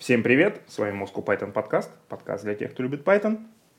Всем привет, с вами Moscow Python подкаст для тех, кто любит Python.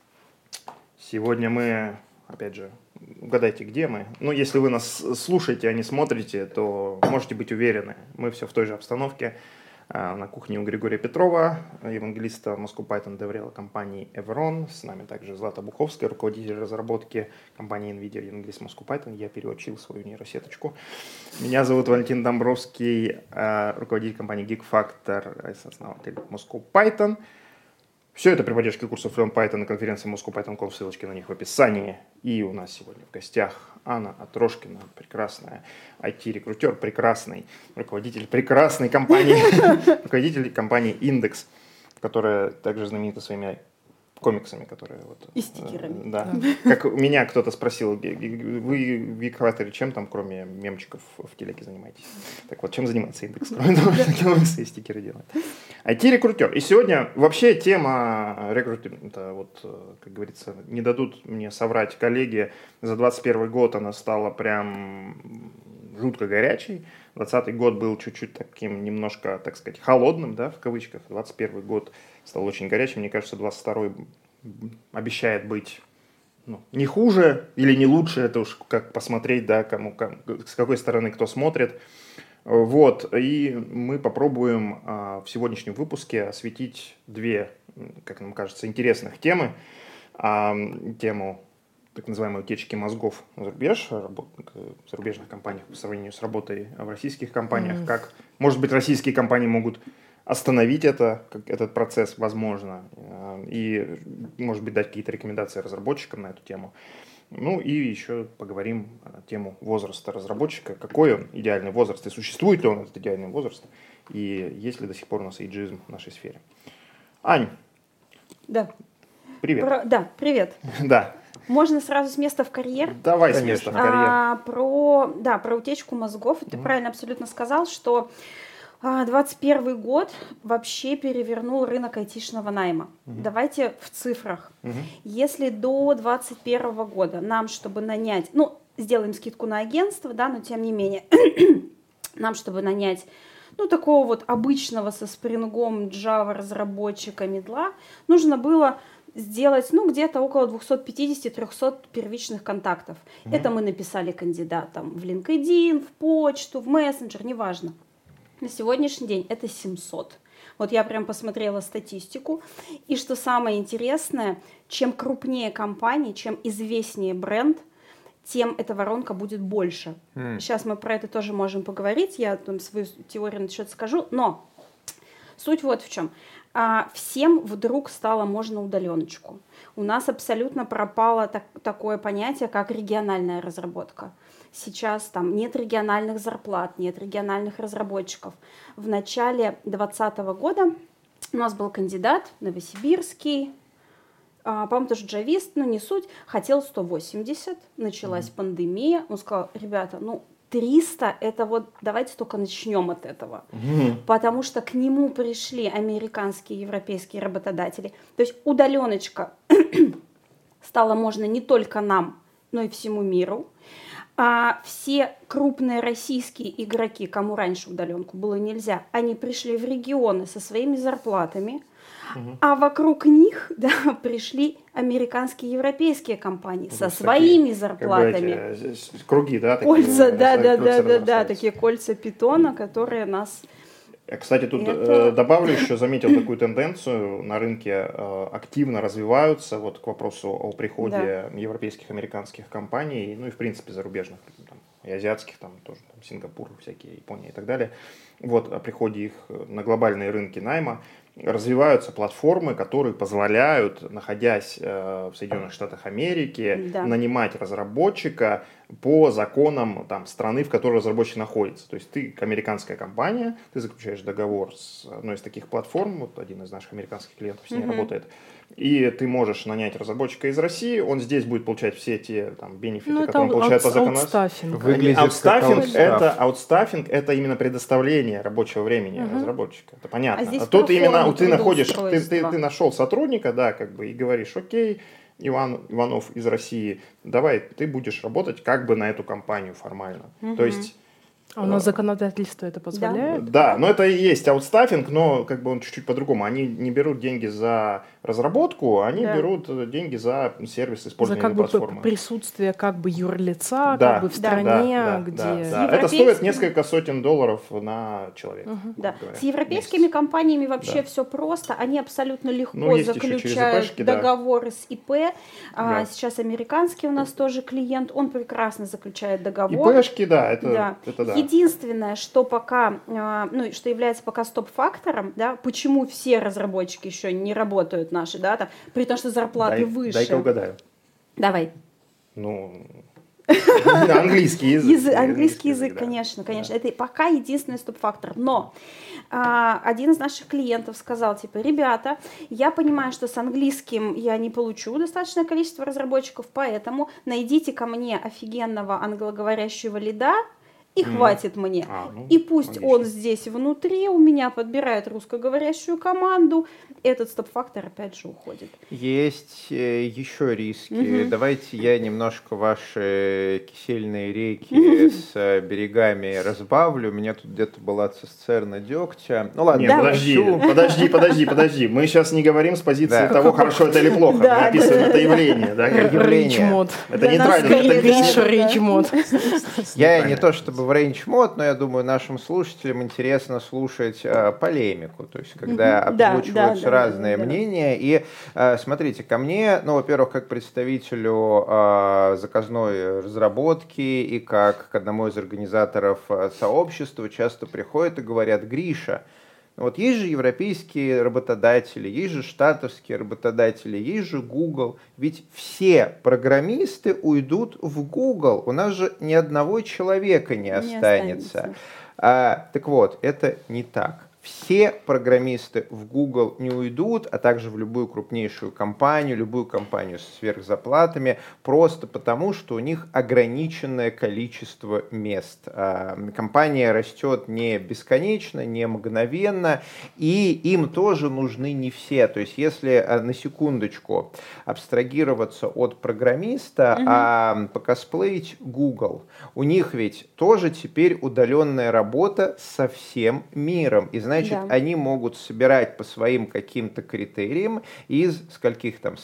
Сегодня мы, опять же, угадайте, где мы. Ну, если вы нас слушаете, а не смотрите, то можете быть уверены, мы все в той же обстановке. На кухне у Григория Петрова, евангелиста Moscow Python DevRel компании Evron. С нами также Злата Буховская, руководитель разработки компании NVIDIA, евангелист Moscow Python. Я переучил свою нейросеточку. Меня зовут Валентин Домбровский, руководитель компании GeekFactor, основатель Moscow Python. Все это при поддержке курсов Learn Python на конференции Moscow Python.com, ссылочки на них в описании. И у нас сегодня в гостях Анна Атрошкина, прекрасная IT-рекрутер, прекрасный руководитель прекрасной компании, руководитель компании Индекс, которая также знаменита своими комиксами, которые вот... И стикерами. Да. Как меня кто-то спросил, вы в GeekFactor чем там, кроме мемчиков, в телеге занимаетесь? Так вот, чем занимается Индекс, кроме того, что комиксы и стикеры делает? IT-рекрутер. И сегодня вообще тема рекрутинга, вот, как говорится, не дадут мне соврать коллеги, за 2021 год она стала прям жутко горячей. 2020 год был чуть-чуть таким немножко, так сказать, холодным, да, в кавычках. 2021 год стал очень горячим. Мне кажется, 2022 обещает быть не хуже или не лучше. Это уж как посмотреть, да, с какой стороны кто смотрит. Вот, и мы попробуем в сегодняшнем выпуске осветить две, как нам кажется, интересных темы. Тему так называемой утечки мозгов за рубеж, в зарубежных компаниях по сравнению с работой в российских компаниях. Как, может быть, российские компании могут остановить этот процесс, возможно, и, может быть, дать какие-то рекомендации разработчикам на эту тему. Ну и еще поговорим на тему возраста разработчика. Какой он идеальный возраст, и существует ли он, этот идеальный возраст, и есть ли до сих пор у нас эйджизм в нашей сфере. Ань. Да. Привет. Да, привет. Да. Можно сразу с места в карьер? Давай с места в карьер. Про утечку мозгов. Ты правильно абсолютно сказал, что 2021 год вообще перевернул рынок айтишного найма. Давайте в цифрах. Если до 2021 года нам, чтобы нанять, сделаем скидку на агентство, да, но тем не менее, нам, чтобы нанять такого вот обычного со спрингом Java разработчика медла, нужно было сделать, где-то около 250-300 первичных контактов. Это мы написали кандидатам в LinkedIn, в почту, в мессенджер, неважно. На сегодняшний день это 700. Вот я прям посмотрела статистику. И что самое интересное, чем крупнее компания, чем известнее бренд, тем эта воронка будет больше. Сейчас мы про это тоже можем поговорить. Я там свою теорию насчет скажу. Но суть вот в чем. Всем вдруг стало можно удаленочку. У нас абсолютно пропало такое понятие, как региональная разработка. Сейчас там нет региональных зарплат, нет региональных разработчиков. В начале 2020 года у нас был кандидат новосибирский, по-моему, тоже джавист, но не суть, хотел 180, началась пандемия, он сказал, ребята, 300, это вот давайте только начнем от этого, потому что к нему пришли американские, европейские работодатели. То есть удаленочка стала можно не только нам, но и всему миру. А все крупные российские игроки, кому раньше удаленку было нельзя, они пришли в регионы со своими зарплатами, а вокруг них пришли американские, европейские компании со своими зарплатами. Круги, да? Кольца, такие кольца питона, которые нас... Кстати, тут добавлю еще, заметил такую тенденцию, на рынке активно развиваются, вот к вопросу о приходе европейских, американских компаний, и в принципе зарубежных, и азиатских, там тоже Сингапур, всякие, Япония и так далее, вот о приходе их на глобальные рынки найма. Развиваются платформы, которые позволяют, находясь в Соединенных Штатах Америки, нанимать разработчика по законам страны, в которой разработчик находится. То есть ты американская компания, ты заключаешь договор с одной из таких платформ, вот один из наших американских клиентов с ней работает, и ты можешь нанять разработчика из России, он здесь будет получать все те бенефиты, которые он получает по законодательству. Аутстаффинг это именно предоставление рабочего времени разработчика. Это понятно. А тут именно ты находишь, ты нашел сотрудника, и говоришь, окей, Иванов из России, давай ты будешь работать как бы на эту компанию формально. То есть А у нас законодательство это позволяет? Да, но это и есть аутстаффинг, но как бы он чуть-чуть по-другому. Они не берут деньги за разработку, они берут деньги за сервис использования платформы. За как бы присутствие как бы юрлица, как бы в стране, где... Да. Это стоит несколько сотен долларов на человека. Да. С европейскими компаниями вообще все просто. Они абсолютно легко заключают договоры с ИП. Сейчас американский у нас тоже клиент, он прекрасно заключает договор. ИПшки, это да. Единственное, что пока, что является пока стоп-фактором, да, почему все разработчики еще не работают наши, да, там, при том, что зарплаты выше. Дай-ка угадаю. Давай. Английский язык. Английский язык, конечно. Это пока единственный стоп-фактор. Но один из наших клиентов сказал, ребята, я понимаю, что с английским я не получу достаточное количество разработчиков, поэтому найдите ко мне офигенного англоговорящего лида, и хватит мне. И пусть он здесь внутри у меня подбирает русскоговорящую команду. Этот стоп-фактор опять же уходит. Есть еще риски. Давайте я немножко ваши кисельные реки с берегами разбавлю. У меня тут где-то была цистерна дегтя. Ну ладно. Нет, подожди. Мы сейчас не говорим с позиции того, хорошо это или плохо. Мы описываем это явление. Рейндж-мод. Это нейтрально. Это рейндж-мод. Я не то чтобы в рейндж-мод, но я думаю, нашим слушателям интересно слушать полемику, то есть когда озвучиваются разные мнения. И смотрите, ко мне, во-первых, как представителю заказной разработки и как к одному из организаторов сообщества часто приходят и говорят: Гриша, вот есть же европейские работодатели, есть же штатовские работодатели, есть же Google. Ведь все программисты уйдут в Google. У нас же ни одного человека не останется. Так вот, это не так. Все программисты в Google не уйдут, а также в любую крупнейшую компанию, любую компанию с сверхзарплатами, просто потому, что у них ограниченное количество мест. Компания растет не бесконечно, не мгновенно, и им тоже нужны не все. То есть, если на секундочку абстрагироваться от программиста, покосплеить Google, у них ведь тоже теперь удаленная работа со всем миром. И значит, они могут собирать по своим каким-то критериям из скольких там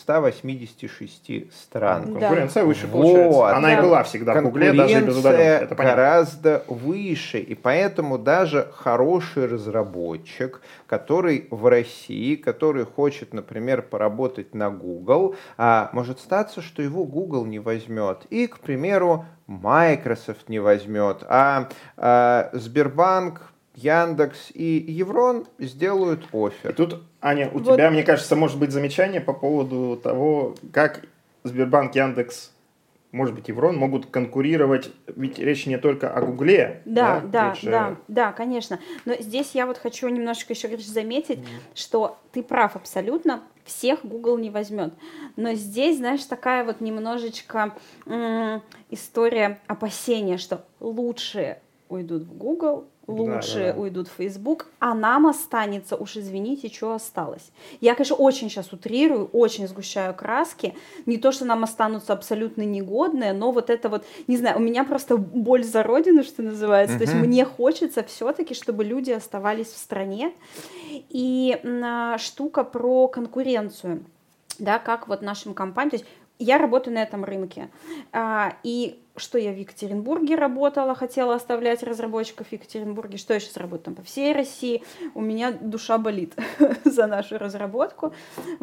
186 стран. Конкуренция выше получается. Она и была всегда в Гугле, даже без удаленки. Это гораздо выше. И поэтому даже хороший разработчик, который в России, который хочет, например, поработать на Google, может статься, что его Google не возьмет. И, к примеру, Microsoft не возьмет. А Сбербанк, Яндекс и Еврон сделают оффер. И тут, Аня, у тебя, мне кажется, может быть замечание по поводу того, как Сбербанк, Яндекс, может быть, Еврон могут конкурировать, ведь речь не только о Гугле. Да, конечно. Но здесь я хочу немножко еще заметить, что ты прав абсолютно, всех Google не возьмет. Но здесь, знаешь, такая немножечко история опасения, что лучшие уйдут в Google, лучше уйдут в Facebook, а нам останется, уж извините, что осталось. Я, конечно, очень сейчас утрирую, очень сгущаю краски. Не то, что нам останутся абсолютно негодные, но это не знаю, у меня просто боль за родину, что называется. То есть мне хочется все-таки, чтобы люди оставались в стране. И штука про конкуренцию, да, как нашим компаниям. То есть я работаю на этом рынке. И что я в Екатеринбурге работала, хотела оставлять разработчиков в Екатеринбурге, что я сейчас работаю там по всей России, у меня душа болит за нашу разработку.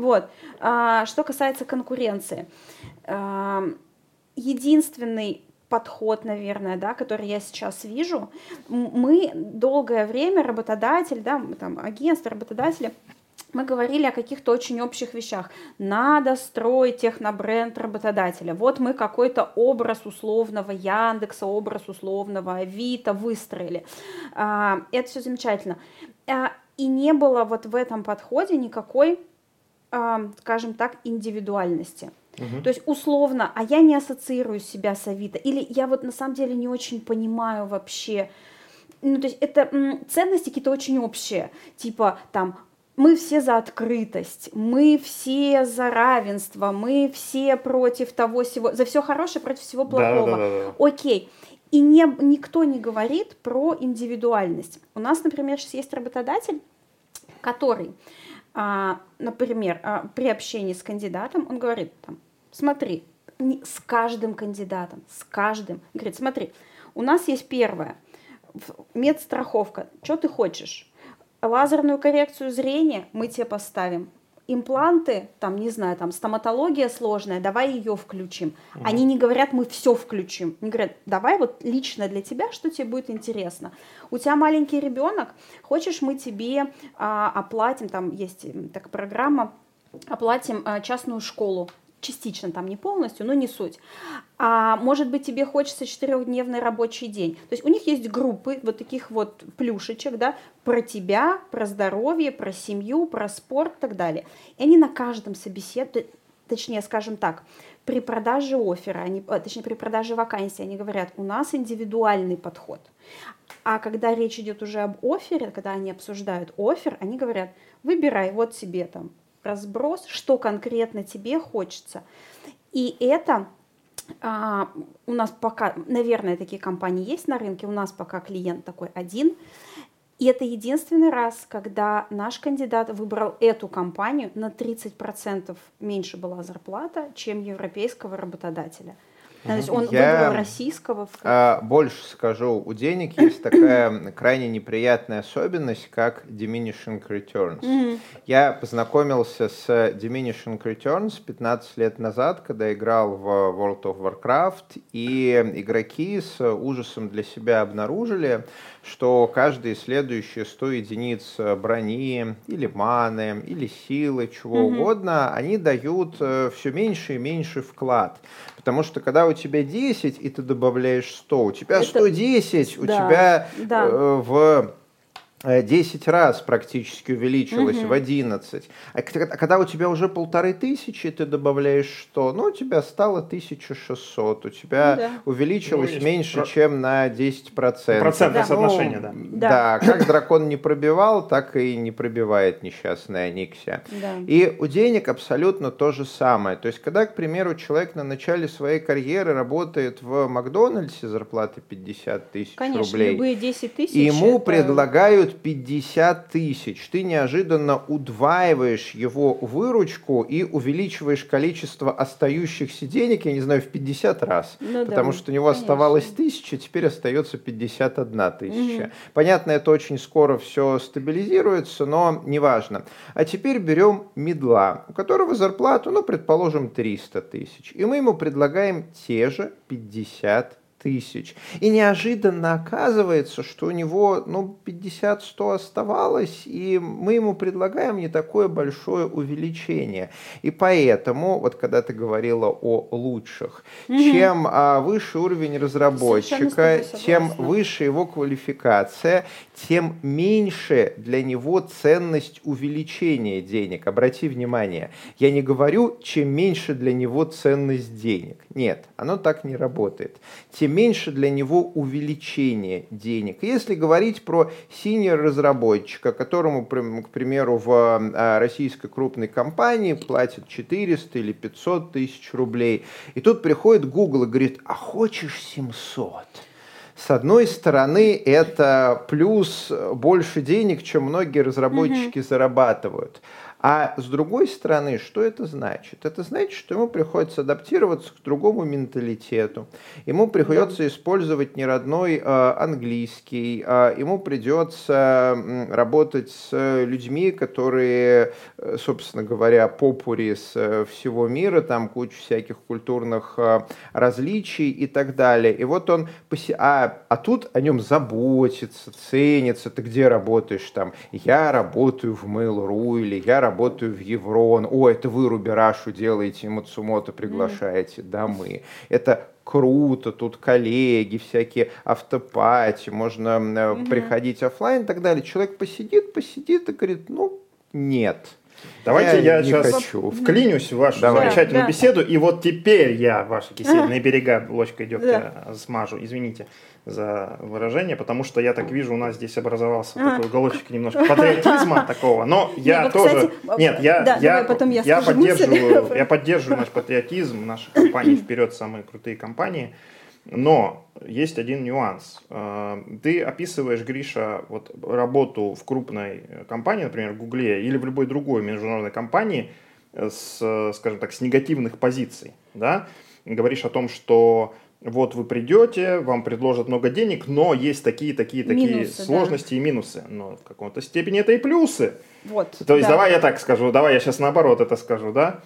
Что касается конкуренции, единственный подход, наверное, да, который я сейчас вижу, мы долгое время, работодатель, да, агентство, работодатели, мы говорили о каких-то очень общих вещах. Надо строить технобренд работодателя. Мы какой-то образ условного Яндекса, образ условного Авито выстроили. Это все замечательно. И не было в этом подходе никакой, скажем так, индивидуальности. То есть условно, а я не ассоциирую себя с Авито. Или я на самом деле не очень понимаю вообще. То есть это ценности какие-то очень общие. Типа мы все за открытость, мы все за равенство, мы все против того всего, за все хорошее, против всего плохого. Окей. И никто не говорит про индивидуальность. У нас, например, сейчас есть работодатель, который, например, при общении с кандидатом, он говорит, смотри, с каждым кандидатом, говорит, смотри, у нас есть первое, медстраховка, что ты хочешь? Лазерную коррекцию зрения мы тебе поставим. Импланты, стоматология сложная, давай ее включим. Они не говорят, мы все включим. Они говорят, давай вот лично для тебя, что тебе будет интересно. У тебя маленький ребенок, хочешь, мы тебе оплатим, там есть такая программа, оплатим частную школу. Частично, не полностью, но не суть. А может быть, тебе хочется 4-дневный рабочий день. То есть у них есть группы вот таких вот плюшечек, да, про тебя, про здоровье, про семью, про спорт и так далее. И они на каждом собеседовании, точнее, скажем так, при продаже оффера, при продаже вакансии, они говорят, у нас индивидуальный подход. А когда речь идет уже об оффере, когда они обсуждают оффер, они говорят, выбирай, вот себе разброс, что конкретно тебе хочется. И это у нас пока, наверное, такие компании есть на рынке, у нас пока клиент такой один. И это единственный раз, когда наш кандидат выбрал эту компанию, на 30% меньше была зарплата, чем европейского работодателя. То есть он выбрал российского. Больше скажу, у денег есть такая крайне неприятная особенность, как diminishing returns. Я познакомился с diminishing returns 15 лет назад, когда играл в World of Warcraft, и игроки с ужасом для себя обнаружили, что каждые следующие 100 единиц брони, или маны, или силы, чего угодно, они дают все меньше и меньше вклад. Потому что когда у тебя 10, и ты добавляешь 100, у тебя 110, у тебя в 10 раз практически увеличилось, в 11. А когда у тебя уже 1500, ты добавляешь 100, у тебя стало 1600, у тебя увеличилось меньше, чем на 10%. Процентное соотношение, да. Как дракон не пробивал, так и не пробивает несчастная Никсия. И у денег абсолютно то же самое. То есть, когда, к примеру, человек на начале своей карьеры работает в Макдональдсе, зарплата 50 тысяч рублей, любые 10 тысяч, и ему предлагают 50 тысяч, ты неожиданно удваиваешь его выручку и увеличиваешь количество остающихся денег, я не знаю, в 50 раз. Потому что у него оставалось 1000, теперь остается 51 тысяча. Понятно, это очень скоро все стабилизируется, но неважно. А теперь берем мидла, у которого зарплату, предположим, 300 тысяч. И мы ему предлагаем те же 50 тысяч. И неожиданно оказывается, что у него 50-100 оставалось, и мы ему предлагаем не такое большое увеличение. И поэтому, вот когда ты говорила о лучших, чем выше уровень разработчика, тем выше его квалификация, тем меньше для него ценность увеличения денег. Обрати внимание, я не говорю, чем меньше для него ценность денег. Нет, оно так не работает. Тем меньше для него увеличение денег. Если говорить про синьор-разработчика, которому, к примеру, в российской крупной компании платят 400 или 500 тысяч рублей, и тут приходит Google и говорит, а хочешь 700? С одной стороны, это плюс больше денег, чем многие разработчики зарабатывают. А с другой стороны, что это значит? Это значит, что ему приходится адаптироваться к другому менталитету, ему приходится использовать неродной английский, ему придется работать с людьми, которые, собственно говоря, попури с всего мира, там куча всяких культурных различий и так далее. И вот он, а тут о нем заботится, ценится. Ты где работаешь там? Я работаю в Mail.ru, или я работаю в Еврон. О, это вы Руберашу делаете, Мацумото приглашаете. Да, мы. Это круто, тут коллеги, всякие автопати, можно приходить офлайн и так далее. Человек посидит и говорит, нет. Давайте я сейчас вклинюсь в вашу замечательную беседу, и вот теперь я ваши кисельные берега ложкой дегтя смажу. Извините за выражение, потому что я так вижу, у нас здесь образовался такой уголочек немножко патриотизма такого, но я тоже... Нет, я поддерживаю наш патриотизм, наши компании «Вперед!» самые крутые компании. Но есть один нюанс. Ты описываешь, Гриша, вот работу в крупной компании, например, в Гугле или в любой другой международной компании скажем так, с негативных позиций, да? Говоришь о том, что вот вы придете, вам предложат много денег, но есть такие минусы, сложности, да, и минусы. Но в какой-то степени это и плюсы. Вот, то есть, давай я так скажу, давай я сейчас наоборот это скажу, да?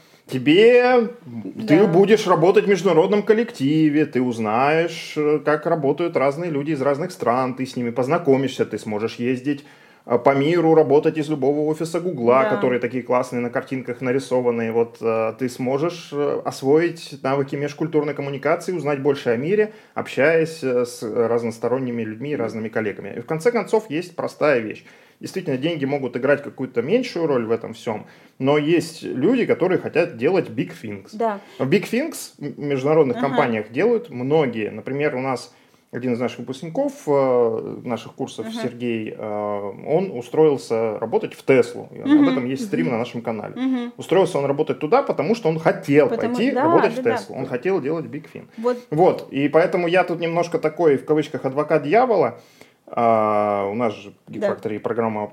Ты будешь работать в международном коллективе, ты узнаешь, как работают разные люди из разных стран, ты с ними познакомишься, ты сможешь ездить по миру, работать из любого офиса Гугла, которые такие классные на картинках нарисованные. Вот ты сможешь освоить навыки межкультурной коммуникации, узнать больше о мире, общаясь с разносторонними людьми и разными коллегами. И в конце концов есть простая вещь. Действительно, деньги могут играть какую-то меньшую роль в этом всем, но есть люди, которые хотят делать big things. Да. Big things в международных компаниях делают многие. Например, у нас один из наших выпускников наших курсов, Сергей, он устроился работать в Теслу. Об этом есть стрим на нашем канале. Устроился он работать туда, потому что он хотел пойти работать в Теслу. Он хотел делать Big Fin. Вот. И поэтому я тут немножко такой, в кавычках, адвокат дьявола. У нас же в Geek Factory программа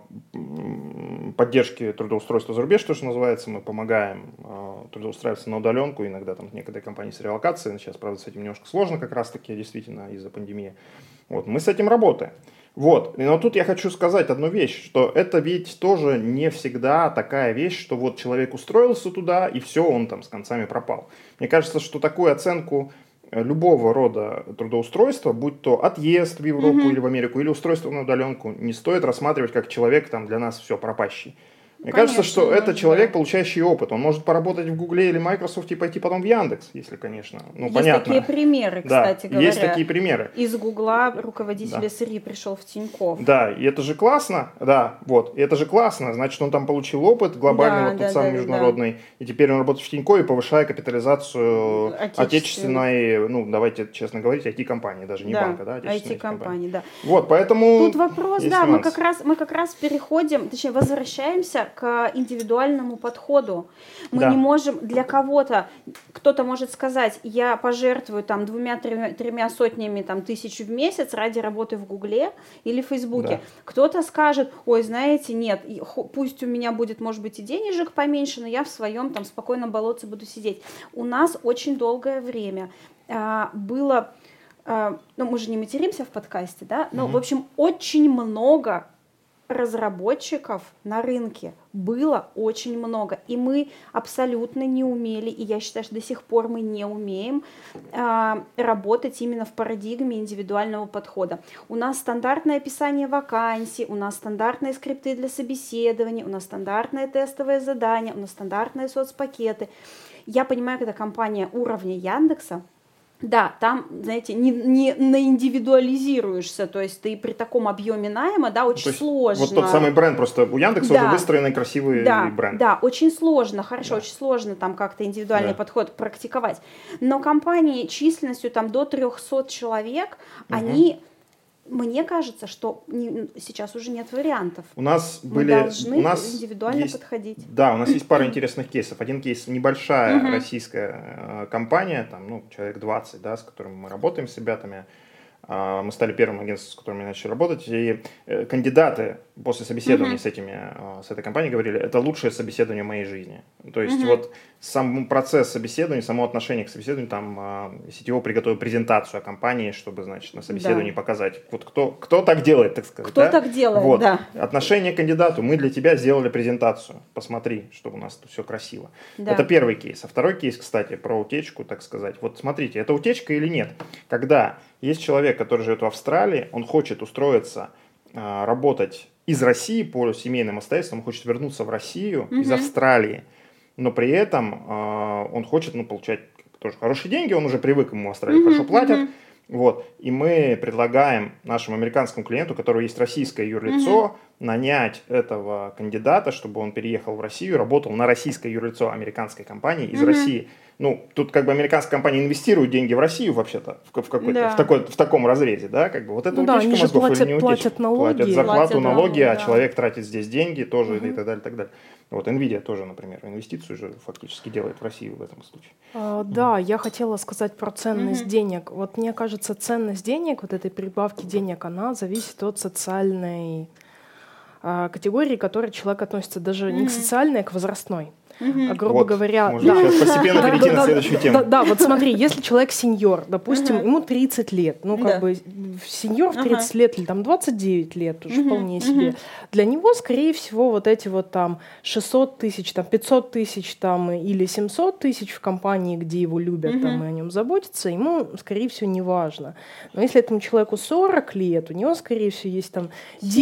поддержки трудоустройства за рубеж, то, что называется. Мы помогаем трудоустраиваться на удаленку. Иногда там некоторые компании с релокацией. Сейчас, правда, с этим немножко сложно как раз-таки, действительно, из-за пандемии. Вот. Мы с этим работаем. Вот. Но тут я хочу сказать одну вещь, что это ведь тоже не всегда такая вещь, что вот человек устроился туда, и все, он там с концами пропал. Мне кажется, что такую оценку любого рода трудоустройства, будь то отъезд в Европу или в Америку, или устройство на удаленку, не стоит рассматривать как человек там для нас все пропащий. Мне кажется, что это человек, получающий опыт. Он может поработать в Гугле или Microsoft и пойти потом в Яндекс, если, конечно. Есть понятно. такие примеры, кстати говоря. Есть такие примеры. Из Гугла руководитель СРИ пришел в Тинькофф. Да, и это же классно. Да, вот. И это же классно. Значит, он там получил опыт глобальный, тот самый международный. И теперь он работает в Тинькове, повышая капитализацию отечественной, давайте честно говорить, IT-компании, даже не банка, да, отечественной IT-компании, да. Вот, поэтому... Тут вопрос, мы как раз переходим, точнее, возвращаемся к индивидуальному подходу. Мы не можем для кого-то, кто-то может сказать, я пожертвую там 2-3 сотнями тысяч в месяц ради работы в Гугле или в Фейсбуке. Да. Кто-то скажет, ой, знаете, нет, пусть у меня будет, может быть, и денежек поменьше, но я в своем там спокойном болотце буду сидеть. У нас очень долгое время было, мы же не материмся в подкасте, да, но, в общем, очень много разработчиков на рынке было очень много, и мы абсолютно не умели, и я считаю, что до сих пор мы не умеем работать именно в парадигме индивидуального подхода. У нас стандартное описание вакансий, у нас стандартные скрипты для собеседований, у нас стандартные тестовые задания, у нас стандартные соцпакеты. Я понимаю, когда компания уровня Яндекса, да, там, знаете, не наиндивидуализируешься, то есть ты при таком объеме найма, да, очень сложно. Вот тот самый бренд, просто у Яндекса уже выстроенный красивый бренд. Да, очень сложно, очень сложно там как-то индивидуальный подход практиковать. Но компании численностью там до 300 человек, они... Мне кажется, что сейчас уже нет вариантов. Мы должны индивидуально подходить. Да, у нас есть пара интересных кейсов. Один кейс — небольшая российская компания, там, человек 20, да, с которыми мы работаем, с ребятами. Мы стали первым агентством, с которыми начали работать. И кандидаты после собеседования с этой компанией говорили, это лучшее собеседование в моей жизни. То есть вот сам процесс собеседования, само отношение к собеседованию, там CTO приготовил презентацию о компании, чтобы, значит, на собеседовании показать, вот кто так делает, так сказать. Кто так делает, да. Отношение к кандидату. Мы для тебя сделали презентацию. Посмотри, чтобы у нас тут все красиво. Да. Это первый кейс. А второй кейс, кстати, про утечку, так сказать. Вот смотрите, это утечка или нет? Когда есть человек, который живет в Австралии, он хочет устроиться, работать из России по семейным обстоятельствам, он хочет вернуться в Россию из Австралии, но при этом он хочет получать тоже хорошие деньги, он уже привык, ему в Австралии хорошо платят. Вот. И мы предлагаем нашему американскому клиенту, у которого есть российское юрлицо, нанять этого кандидата, чтобы он переехал в Россию, работал на российское юрлицо американской компании из России. Тут как бы американская компания инвестирует деньги в Россию вообще-то, в таком разрезе, да, как бы вот это утечка мозгов или не утечка. Платят налоги. Платят зарплату, налоги, а человек тратит здесь деньги тоже и так далее, и так далее. Вот Nvidia тоже, например, инвестицию же фактически делает в Россию в этом случае. Да, я хотела сказать про ценность денег. Вот мне кажется, ценность денег, вот этой прибавки денег, она зависит от социальной категории, к которой человек относится, даже не к социальной, а к возрастной. Грубо говоря, можно сейчас постепенно перейти на следующую тему. Да, вот смотри, если человек сеньор, допустим, ему 30 лет, ну как бы сеньор в 30 лет или там 29 лет, уже вполне себе, для него, скорее всего, вот эти вот там 600 тысяч, там 500 тысяч там или 700 тысяч в компании, где его любят там и о нем заботятся, ему, скорее всего, не важно. Но если этому человеку 40 лет, у него, скорее всего, есть там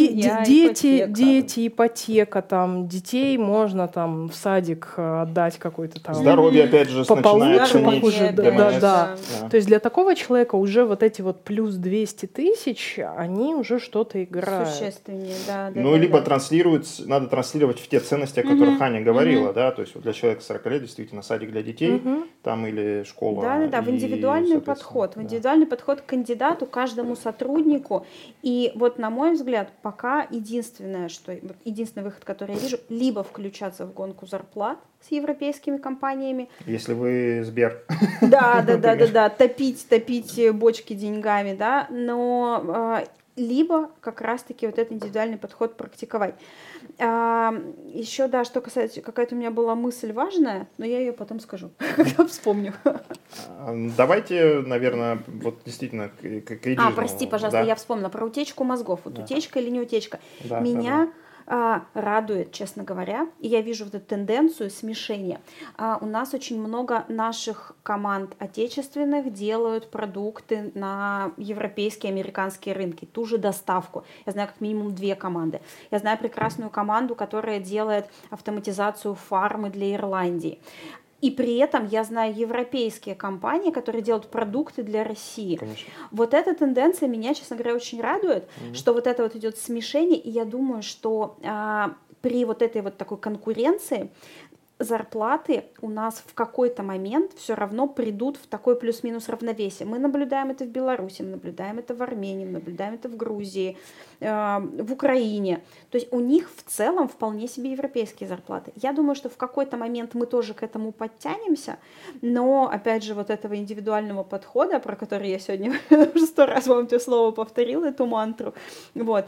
дети, ипотека, там детей можно там в садик отдать какой-то там... Здоровье, опять же, начинает похуже. Да. То есть для такого человека уже вот эти вот плюс 200 тысяч, они уже что-то играют. Существеннее, да. Либо надо транслировать в те ценности, о которых Аня говорила, да, то есть вот для человека 40 лет действительно садик для детей, там или школа. Да, в индивидуальный подход. В индивидуальный подход к кандидату, каждому сотруднику. И вот, на мой взгляд, пока единственный выход, который я вижу, либо включаться в гонку зарплат с европейскими компаниями. Если вы Сбер. Да, топить бочки деньгами, да, но либо как раз-таки вот этот индивидуальный подход практиковать. Еще, да, что касается, какая-то у меня была мысль важная, но я ее потом скажу, когда вспомню. Давайте, наверное, вот действительно к эйджизму. Прости, пожалуйста, я вспомнила про утечку мозгов. Вот утечка или не утечка. Меня радует, честно говоря, и я вижу вот эту тенденцию смешения. У нас очень много наших команд отечественных делают продукты на европейские, американские рынки, ту же доставку. Я знаю как минимум 2 команды. Я знаю прекрасную команду, которая делает автоматизацию фармы для Ирландии. И при этом я знаю европейские компании, которые делают продукты для России. Конечно. Вот эта тенденция меня, честно говоря, очень радует, что вот это вот идет смешение. И я думаю, что при вот этой вот такой конкуренции зарплаты у нас в какой-то момент все равно придут в такой плюс-минус равновесие. Мы наблюдаем это в Беларуси, мы наблюдаем это в Армении, мы наблюдаем это в Грузии, в Украине. То есть у них в целом вполне себе европейские зарплаты. Я думаю, что в какой-то момент мы тоже к этому подтянемся, но, опять же, вот этого индивидуального подхода, про который я сегодня уже 100 раз вам это слово повторила, эту мантру, вот,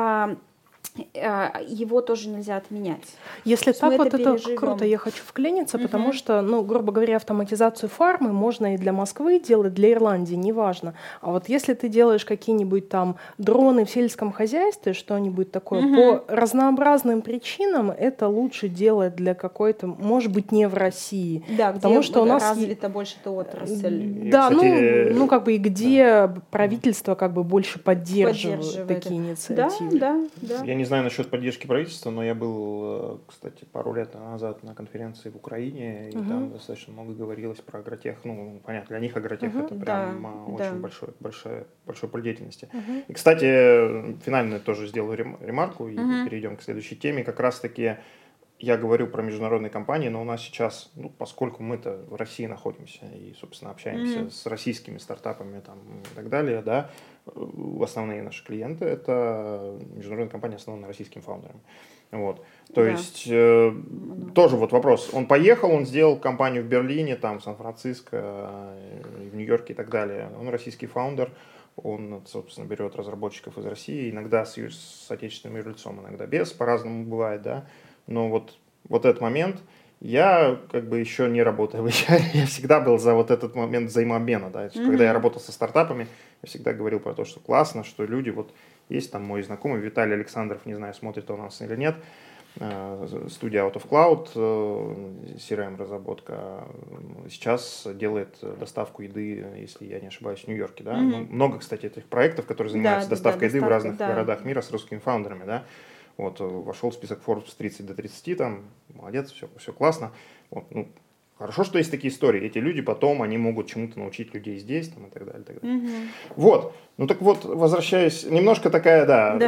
его тоже нельзя отменять. Если так, вот это круто, я хочу вклиниться, потому что, грубо говоря, автоматизацию фармы можно и для Москвы делать, для Ирландии, неважно. А вот если ты делаешь какие-нибудь там дроны в сельском хозяйстве, что-нибудь такое, по разнообразным причинам это лучше делать для какой-то, может быть, не в России. Да, потому где что у нас развита больше эта отрасль. Да, кстати, как бы и где правительство как бы больше поддерживает такие инициативы. Да. Я не знаю насчет поддержки правительства, но я был, кстати, пару лет назад на конференции в Украине, и там достаточно много говорилось про агротех. Понятно, для них агротех это прям очень большое поле деятельности. И, кстати, финально тоже сделаю ремарку и перейдем к следующей теме. Как раз-таки я говорю про международные компании, но у нас сейчас, поскольку мы-то в России находимся и, собственно, общаемся с российскими стартапами там, и так далее, да, основные наши клиенты — это международные компании, основанные российскими фаундерами. Вот. То есть тоже вот вопрос. Он поехал, он сделал компанию в Берлине, там, в Сан-Франциско, в Нью-Йорке и так далее. Он российский фаундер. Он, собственно, берет разработчиков из России, иногда с отечественным юрлицом, иногда без, по-разному бывает, да. Но вот этот момент, я как бы еще не работаю в HR, я всегда был за вот этот момент взаимообмена, да. Когда я работал со стартапами, я всегда говорил про то, что классно, что люди, вот есть там мой знакомый Виталий Александров, не знаю, смотрит он нас или нет, студия Out of Cloud, CRM-разработка, сейчас делает доставку еды, если я не ошибаюсь, в Нью-Йорке, да. Много, кстати, этих проектов, которые занимаются доставкой еды в разных городах мира с русскими фаундерами, да. Вот, вошел в список Forbes 30 до 30, там, молодец, все классно. Вот, хорошо, что есть такие истории. Эти люди потом, они могут чему-то научить людей здесь, там, и так далее, и так далее. Вот, так вот, возвращаясь, немножко такая, да.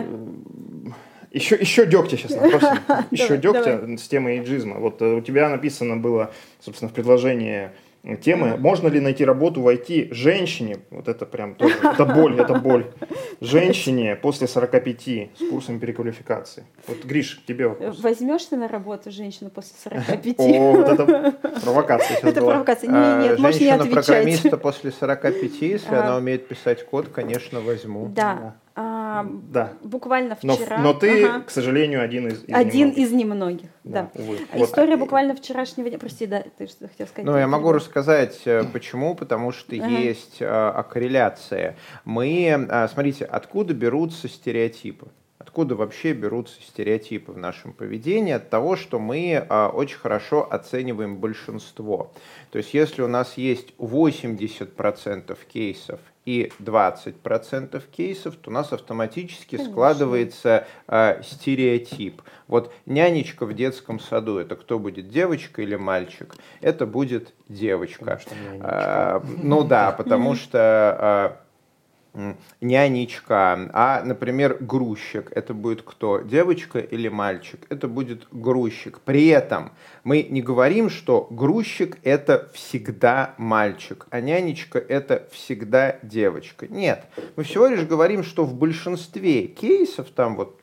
Еще дегтя сейчас набросим. Еще дегтя с темой эйджизма. Вот у тебя написано было, собственно, в предложении темы. Можно ли найти работу в IT женщине? Вот это прям тоже, это боль. Женщине после 45 с курсом переквалификации. Вот, Гриш, тебе вопрос. Возьмешь ты на работу женщину после 45? О, вот это провокация сейчас Это была. провокация. Нет, можешь не отвечать. Женщину-программиста после 45, если она умеет писать код, конечно, возьму. Да. Буквально вчера. Но ты, к сожалению, один из немногих. Да. Увы. История буквально вчерашнего дня. Прости, да, ты что хотел сказать? Ну, я могу рассказать, почему. Потому что есть корреляция. Смотрите, откуда берутся стереотипы? Откуда вообще берутся стереотипы в нашем поведении? От того, что мы очень хорошо оцениваем большинство. То есть, если у нас есть 80% кейсов и 20% кейсов, то у нас автоматически складывается стереотип. Вот нянечка в детском саду, это кто будет, девочка или мальчик? Это будет девочка. Потому что нянечка, например, грузчик, это будет кто? Девочка или мальчик? Это будет грузчик. При этом мы не говорим, что грузчик это всегда мальчик, а нянечка это всегда девочка. Нет, мы всего лишь говорим, что в большинстве кейсов, там вот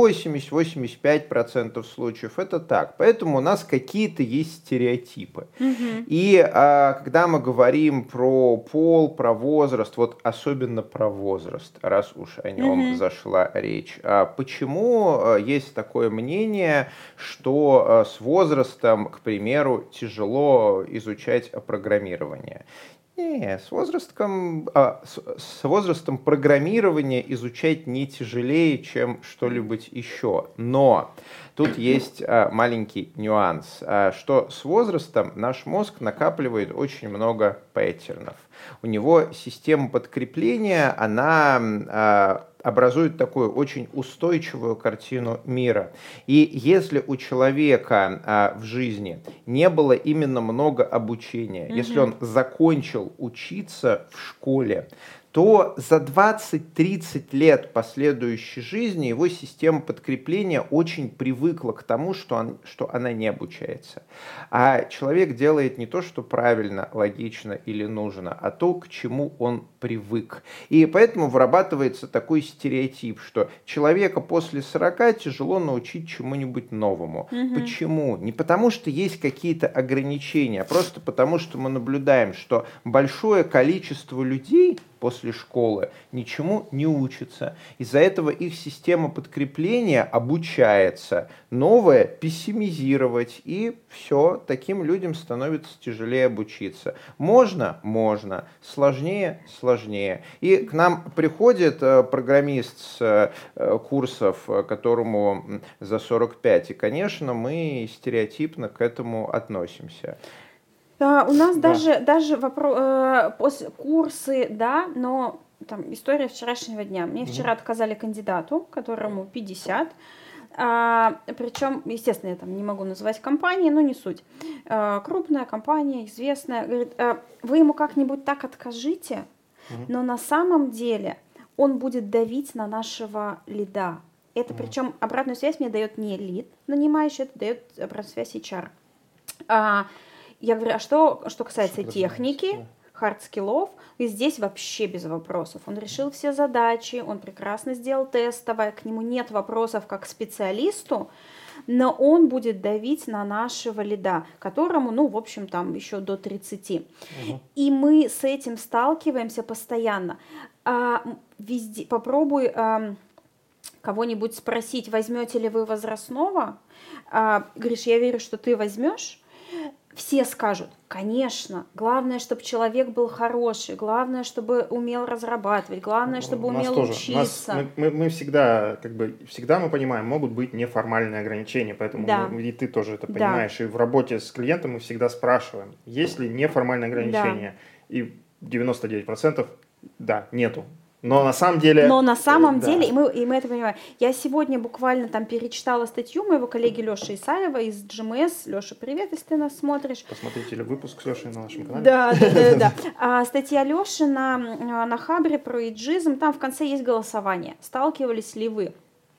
80-85% случаев это так. Поэтому у нас какие-то есть стереотипы. И когда мы говорим про пол, про возраст, вот особенно про возраст, раз уж о нем зашла речь, почему есть такое мнение, что с возрастом, к примеру, тяжело изучать программирование? Не, с возрастом программирование изучать не тяжелее, чем что-либо еще. Но тут есть маленький нюанс, что с возрастом наш мозг накапливает очень много паттернов. У него система подкрепления, она образует такую очень устойчивую картину мира. И если у человека в жизни не было именно много обучения, если он закончил учиться в школе, то за 20-30 лет последующей жизни его система подкрепления очень привыкла к тому, что она не обучается. А человек делает не то, что правильно, логично или нужно, а то, к чему он привык. И поэтому вырабатывается такой стереотип, что человека после 40 тяжело научить чему-нибудь новому. Почему? Не потому, что есть какие-то ограничения, а просто потому, что мы наблюдаем, что большое количество людей после школы ничему не учатся. Из-за этого их система подкрепления обучается новое пессимизировать, и все, таким людям становится тяжелее обучиться. Можно? Можно. Сложнее? Сложнее. И к нам приходит программист с курсов, которому за 45, и, конечно, мы стереотипно к этому относимся. У нас даже после курсы, да, но там история вчерашнего дня. Мне вчера отказали кандидату, которому 50. Причем, естественно, я там не могу называть компании, но не суть. Крупная компания, известная. Говорит, вы ему как-нибудь так откажите, но на самом деле он будет давить на нашего лида. Это причем обратную связь мне дает не лид нанимающий, это дает обратную связь HR. Я говорю, а что касается техники, хард-скиллов, здесь вообще без вопросов. Он решил все задачи, он прекрасно сделал тестовое, к нему нет вопросов как к специалисту, но он будет давить на нашего лида, которому, в общем, там еще до 30. И мы с этим сталкиваемся постоянно. Везде, попробуй кого-нибудь спросить, возьмете ли вы возрастного. Гриш, я верю, что ты возьмешь. Все скажут, конечно, главное, чтобы человек был хороший, главное, чтобы умел разрабатывать, главное, чтобы умел учиться. Мы всегда мы понимаем, могут быть неформальные ограничения, поэтому и ты тоже это понимаешь. И в работе с клиентом мы всегда спрашиваем, есть ли неформальные ограничения. И 99% нету. Но на самом деле, и мы это понимаем. Я сегодня буквально там перечитала статью моего коллеги Леши Исаева из GMS. Леша, привет, если ты нас смотришь. Посмотрите выпуск с Лешей на нашем канале. Да. Статья Леши на Хабре про иджизм. Там в конце есть голосование. Сталкивались ли вы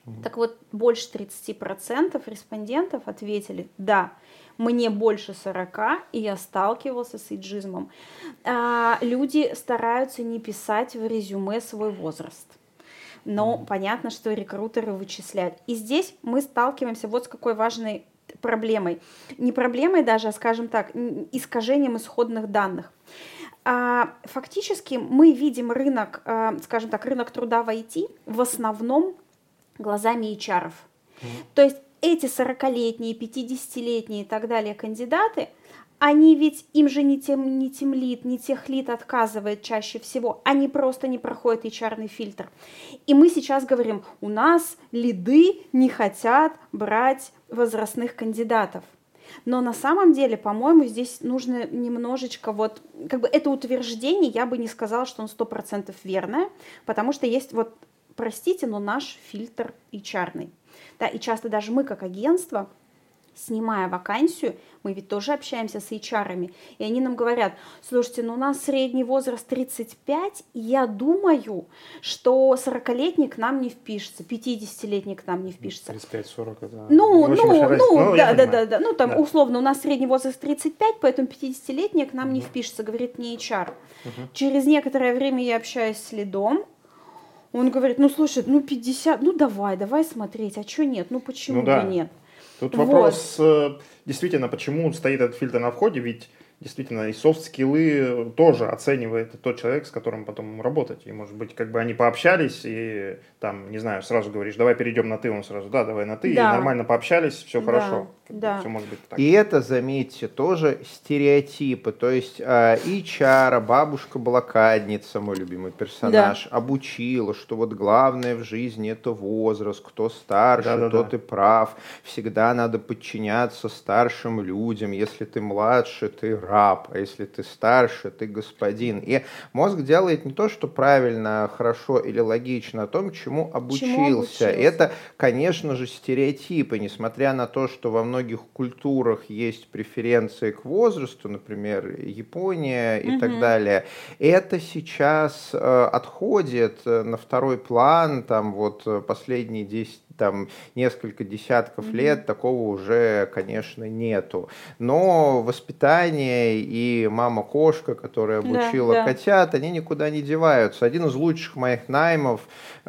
Так вот, больше 30% респондентов ответили: да, мне больше 40, и я сталкивался с эйджизмом. Люди стараются не писать в резюме свой возраст. Но понятно, что рекрутеры вычисляют. И здесь мы сталкиваемся вот с какой важной проблемой. Не проблемой даже, а, скажем так, искажением исходных данных. Фактически мы видим рынок, скажем так, рынок труда в IT в основном глазами HR. То есть эти 40-летние, 50-летние и так далее кандидаты, они ведь, им же не тимлид, не техлид отказывает чаще всего, они просто не проходят HR-ный фильтр. И мы сейчас говорим, у нас лиды не хотят брать возрастных кандидатов. Но на самом деле, по-моему, здесь нужно немножечко вот, как бы это утверждение, я бы не сказала, что он 100% верное, потому что есть вот, простите, но наш фильтр HR-ный. Да, и часто даже мы, как агентство, снимая вакансию, мы ведь тоже общаемся с HR-ами, и они нам говорят: слушайте, ну у нас средний возраст 35, и я думаю, что 40-летний к нам не впишется, 50-летний к нам не впишется. 35-40, это... Да. Ну, там, условно, у нас средний возраст 35, поэтому 50-летний к нам не впишется, говорит мне HR. Через некоторое время я общаюсь с лидом, он говорит: ну, слушай, ну 50, ну давай смотреть, а что нет, ну почему бы нет? Тут вопрос, действительно, почему стоит этот фильтр на входе, ведь действительно и софт-скиллы тоже оценивает тот человек, с которым потом работать. И, может быть, как бы они пообщались, и там, не знаю, сразу говоришь: давай перейдем на ты, он сразу: да, давай на ты, и нормально пообщались, все хорошо. Да. Все может быть так. И это, заметьте, тоже стереотипы. То есть HR, бабушка блокадница, мой любимый персонаж, обучила, что вот главное в жизни это возраст, кто старше, тот и прав, всегда надо подчиняться старшим людям, если ты младше, ты раб, а если ты старше, ты господин. И мозг делает не то, что правильно, хорошо или логично, а то, чему обучился. Это, конечно же, стереотипы, несмотря на то, что во многих культурах есть преференции к возрасту, например, Япония и так далее. Это сейчас отходит на второй план, там вот последние 10, там несколько десятков лет такого уже, конечно, нету. Но воспитание и мама-кошка, которая обучила котят, они никуда не деваются. Один из лучших моих наймов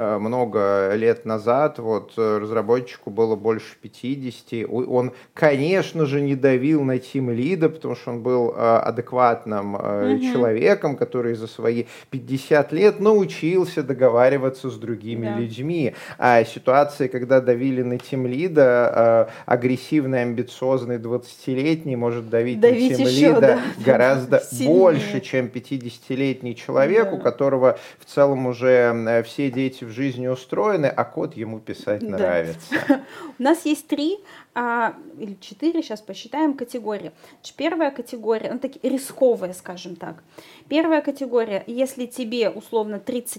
много лет назад, вот разработчику было больше 50, он, конечно же, не давил на тимлида, потому что он был адекватным человеком, который за свои 50 лет научился договариваться с другими людьми. А ситуации, когда давили на тимлида, агрессивный, амбициозный 20-летний может давить на тимлида гораздо больше, чем 50-летний человек, у которого в целом уже все дети в жизни устроены, а код ему писать нравится. У нас есть 3 или 4, сейчас посчитаем, категории. Первая категория, ну, такие рисковые, скажем так. Первая категория: если тебе условно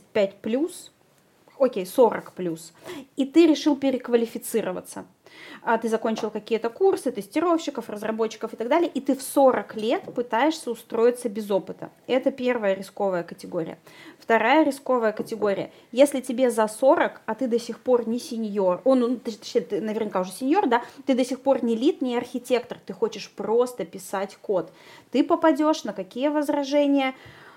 35+, окей, 40+, и ты решил переквалифицироваться. Ты закончил какие-то курсы тестировщиков, разработчиков и так далее, и ты в 40 лет пытаешься устроиться без опыта. Это первая рисковая категория. Вторая рисковая категория: если тебе за 40, а ты до сих пор не сеньор, ты наверняка уже сеньор, да, ты до сих пор не лид, не архитектор, ты хочешь просто писать код, ты попадешь на какие возражения?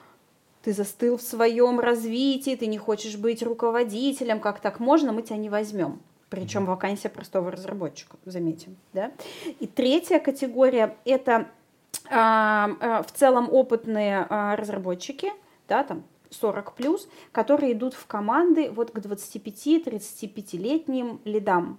Ты застыл в своем развитии, ты не хочешь быть руководителем, как так можно, мы тебя не возьмем. Причем вакансия простого разработчика, заметим. Да? И третья категория – это в целом опытные разработчики, да, там 40+, которые идут в команды вот к 25-35-летним лидам.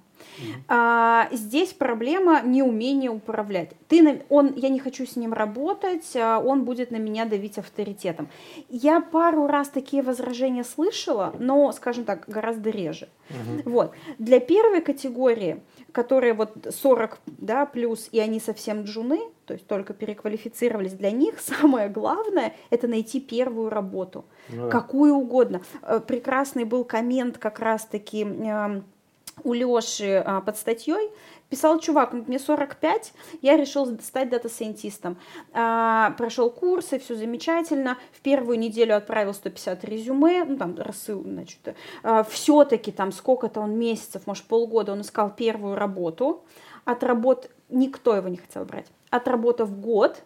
Здесь проблема неумения управлять. Я не хочу с ним работать, он будет на меня давить авторитетом. Я пару раз такие возражения слышала, но, скажем так, гораздо реже. Вот. Для первой категории, которые вот 40, да, плюс, и они совсем джуны, то есть только переквалифицировались, для них самое главное – это найти первую работу, какую угодно. Прекрасный был коммент как раз-таки у Леши под статьей, писал чувак, мне 45, я решил стать дата-сайентистом. Прошел курсы, все замечательно. В первую неделю отправил 150 резюме, ну там рассыл, значит. Все-таки там сколько-то он месяцев, может полгода он искал первую работу. Никто его не хотел брать. Отработав год,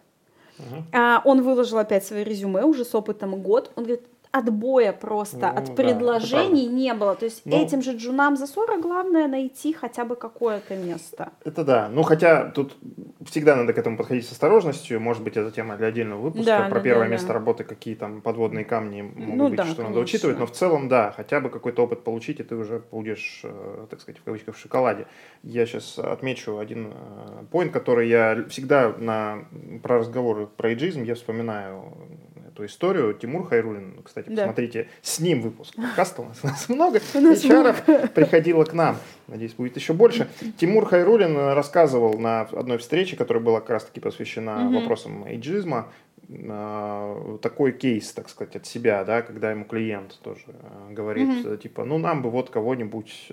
он выложил опять свои резюме, уже с опытом год. Он говорит, отбоя просто от предложений не было. То есть этим же джунам за 40 главное найти хотя бы какое-то место. Это да. Ну, хотя тут всегда надо к этому подходить с осторожностью. Может быть, это тема для отдельного выпуска. Про первое место работы, какие там подводные камни могут быть, что конечно. Надо учитывать. Но в целом, да, хотя бы какой-то опыт получить, и ты уже будешь, так сказать, в кавычках, в шоколаде. Я сейчас отмечу один поинт, который я всегда про разговоры про эйджизм я вспоминаю эту историю. Тимур Хайруллин, кстати, посмотрите, с ним выпуск подкаста. У нас много HR приходило к нам. Надеюсь, будет еще больше. Тимур Хайруллин рассказывал на одной встрече, которая была как раз-таки посвящена вопросам эйджизма, такой кейс, так сказать, от себя, да, когда ему клиент тоже говорит, типа, ну, нам бы вот кого-нибудь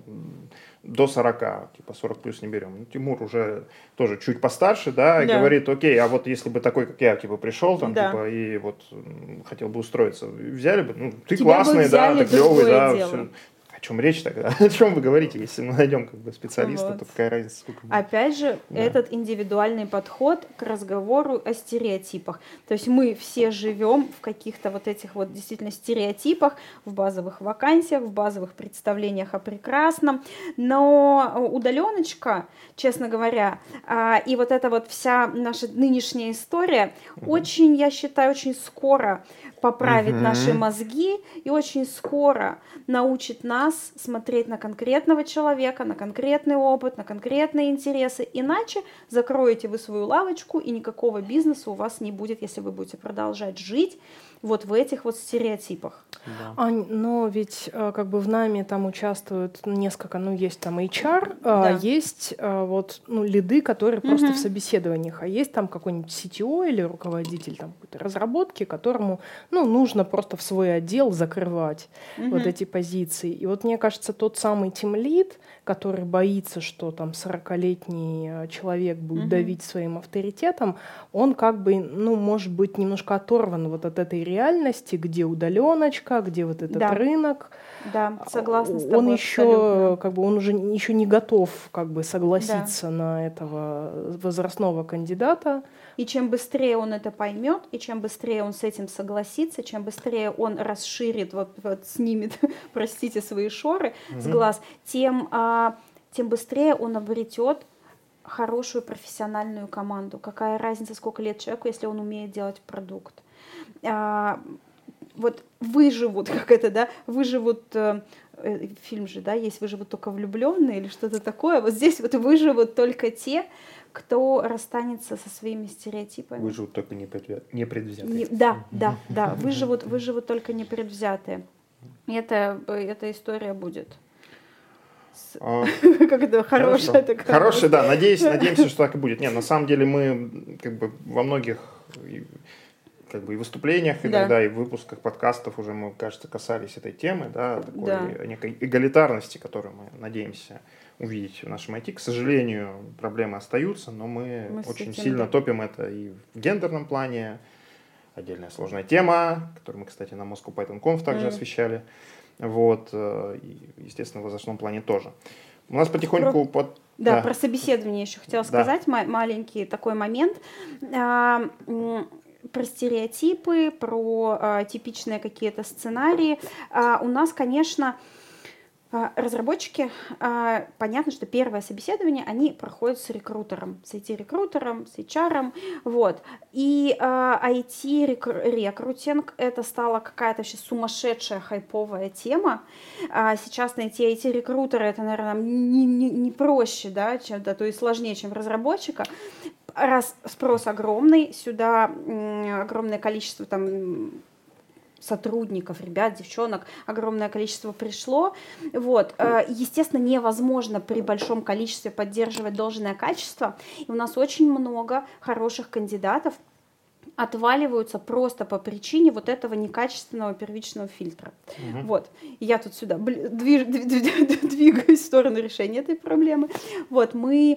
до 40, типа, 40 плюс не берем. Ну, Тимур уже тоже чуть постарше, да, и говорит, окей, а вот если бы такой, как я, типа, пришел там, типа, и вот хотел бы устроиться, взяли бы, ну, ты тебя классный, да, ты клевый, да, все. О чем речь тогда? О чем вы говорите? Если мы найдем как бы специалиста, то какая разница, сколько будет? Опять же, этот индивидуальный подход к разговору о стереотипах. То есть мы все живем в каких-то вот этих вот действительно стереотипах, в базовых вакансиях, в базовых представлениях о прекрасном. Но удаленочка, честно говоря, и вот эта вот вся наша нынешняя история очень, я считаю, очень скоро поправит наши мозги и очень скоро научит нас смотреть на конкретного человека, на конкретный опыт, на конкретные интересы. Иначе закроете вы свою лавочку, и никакого бизнеса у вас не будет, если вы будете продолжать жить вот в этих вот стереотипах. Да. Но ведь как бы в НАМе там участвуют несколько, есть там HR, есть вот лиды, которые просто в собеседованиях, а есть там какой-нибудь CTO или руководитель там какой-то разработки, которому нужно просто в свой отдел закрывать вот эти позиции. И вот мне кажется, тот самый тимлид, который боится, что там 40-летний человек будет давить своим авторитетом, он как бы, может быть, немножко оторван вот от этой реальности, где удаленочка, где вот этот рынок. Да, согласна с тобой. Он еще, он уже еще не готов согласиться на этого возрастного кандидата. И чем быстрее он это поймет, и чем быстрее он с этим согласится, чем быстрее он расширит, снимет, простите, свои шоры с глаз, тем быстрее он обретет хорошую профессиональную команду. Какая разница, сколько лет человеку, если он умеет делать продукт. Вот выживут, выживут, фильм же, есть «Выживут только влюбленные» или что-то такое. Вот здесь вот выживут только те, кто расстанется со своими стереотипами. Выживут только непредвзятые. Да, выживут только непредвзятые. Эта история будет. Хорошая такая. Хорошая, да. Надеемся, что так и будет. Нет, на самом деле мы во многих и выступлениях иногда, и в выпусках подкастов уже мы, кажется, касались этой темы, такой некой эгалитарности, которую мы надеемся увидеть в нашем IT. К сожалению, проблемы остаются, но мы очень сильно топим это и в гендерном плане. Отдельная сложная тема, которую мы, кстати, на Moscow Python Conf также освещали. Вот. И, естественно, в возрастном плане тоже. У нас потихоньку... Про собеседование еще хотела сказать, маленький такой момент. Про стереотипы, про типичные какие-то сценарии. У нас, конечно, разработчики, понятно, что первое собеседование они проходят с рекрутером, с IT-рекрутером, с HR. Вот. И IT-рекрутинг это стала какая-то вообще сумасшедшая хайповая тема. Сейчас найти IT-рекрутера это, наверное, не проще, чем, то и сложнее, чем разработчика. Раз спрос огромный, сюда огромное количество сотрудников, ребят, девчонок, огромное количество пришло. Вот. Естественно, невозможно при большом количестве поддерживать должное качество. И у нас очень много хороших кандидатов, отваливаются просто по причине вот этого некачественного первичного фильтра. Вот. И я тут сюда двигаюсь в сторону решения этой проблемы. Вот.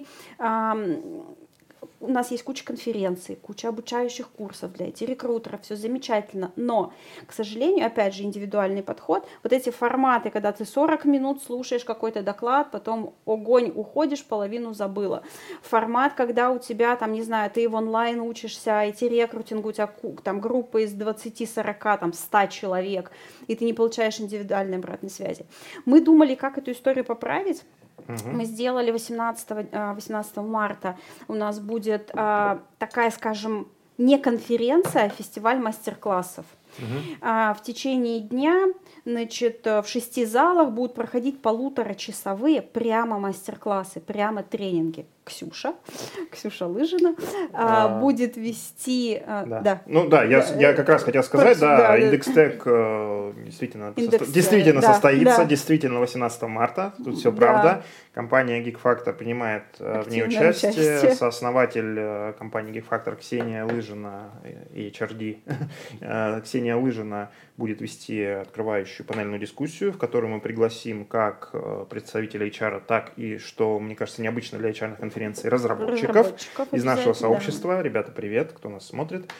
У нас есть куча конференций, куча обучающих курсов для IT-рекрутеров, все замечательно, но, к сожалению, опять же, индивидуальный подход, вот эти форматы, когда ты 40 минут слушаешь какой-то доклад, потом огонь, уходишь, половину забыла. Формат, когда у тебя, там, не знаю, ты в онлайн учишься, IT-рекрутингу, у тебя там группа из 20-40, там, 100 человек, и ты не получаешь индивидуальной обратной связи. Мы думали, как эту историю поправить. Мы сделали 18 марта, у нас будет такая, скажем, не конференция, а фестиваль мастер-классов. В течение дня, значит, в 6 залах будут проходить 1,5-часовые прямо мастер-классы, прямо тренинги. Ксюша Лыжина будет вести... Да. Ну да, я как раз хотел сказать, Индекс.Тек действительно состоится, действительно 18 марта, тут все правда. Компания GeekFactor принимает в ней участие. Сооснователь компании GeekFactor Ксения Лыжина и HRD Ксения Лыжина будет вести открывающую панельную дискуссию, в которой мы пригласим как представителей HR, так и, что, мне кажется, необычно для HR-ных конференций, разработчиков из нашего сообщества. Да. Ребята, привет, кто нас смотрит.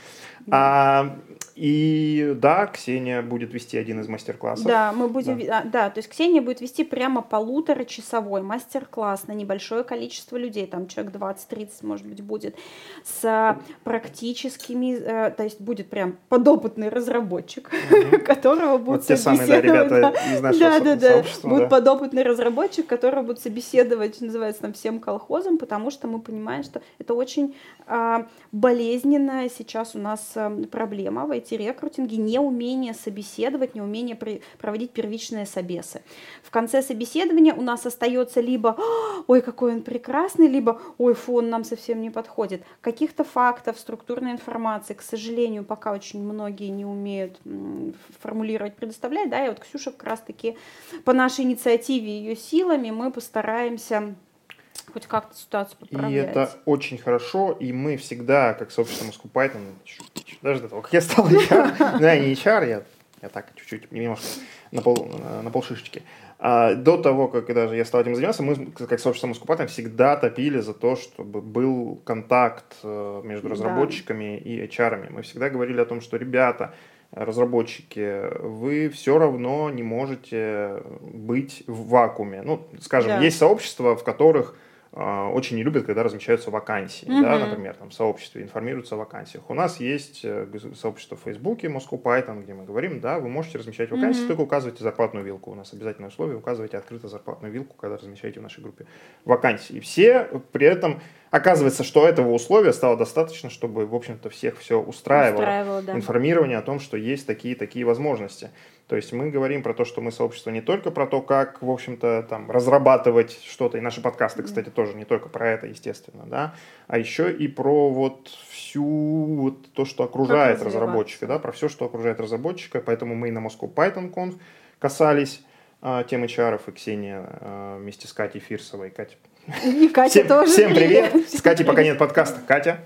И да, Ксения будет вести один из мастер-классов. Да, мы будем, то есть Ксения будет вести прямо 1,5-часовой мастер-класс на небольшое количество людей, там человек 20-30, может быть, будет, с практическими, то есть будет прям подопытный разработчик, которого будут собеседовать. Вот те самые, ребята из нашего сообщества. Будет подопытный разработчик, которого будут собеседовать, называется, там, всем колхозам, потому что мы понимаем, что это очень болезненная сейчас у нас проблема в IT-рекрутинге, неумение собеседовать, неумение проводить первичные собесы. В конце собеседования у нас остается либо «Ой, какой он прекрасный», либо «Ой, фу, он нам совсем не подходит». Каких-то фактов, структурной информации, к сожалению, пока очень многие не умеют формулировать, предоставлять. Да, и вот Ксюша как раз-таки по нашей инициативе, ее силами мы постараемся хоть как-то ситуацию поправлять. И это очень хорошо, и мы всегда, как сообщество Moscow Python, даже до того, как я стал HR, я не HR, я так чуть-чуть, немножко на полшишечки. До того, как даже я стал этим заниматься, мы, как сообщество Moscow Python, всегда топили за то, чтобы был контакт между разработчиками и HR-ами. Мы всегда говорили о том, что, ребята, разработчики, вы все равно не можете быть в вакууме. Ну, скажем, есть сообщества, в которых очень не любят, когда размещаются вакансии, да, например, там в сообществе информируются о вакансиях. У нас есть сообщество в Фейсбуке Moscow Python, где мы говорим, да, вы можете размещать вакансии, только указывайте зарплатную вилку. У нас обязательное условие, указывайте открыто зарплатную вилку, когда размещаете в нашей группе вакансии. И все при этом, оказывается, что этого условия стало достаточно, чтобы, в общем-то, всех все устраивало да. Информирование о том, что есть такие возможности. То есть мы говорим про то, что мы сообщество не только про то, как, в общем-то, там, разрабатывать что-то, и наши подкасты, кстати, тоже не только про это, естественно, да, а еще и про вот всю вот то, что окружает разработчика, да, про все, что окружает разработчика, поэтому мы и на Moscow Python Conf касались темы HR-ов, и Ксения вместе с Катей Фирсовой. И Катя тоже. Всем привет. С Катей пока нет подкаста. Катя.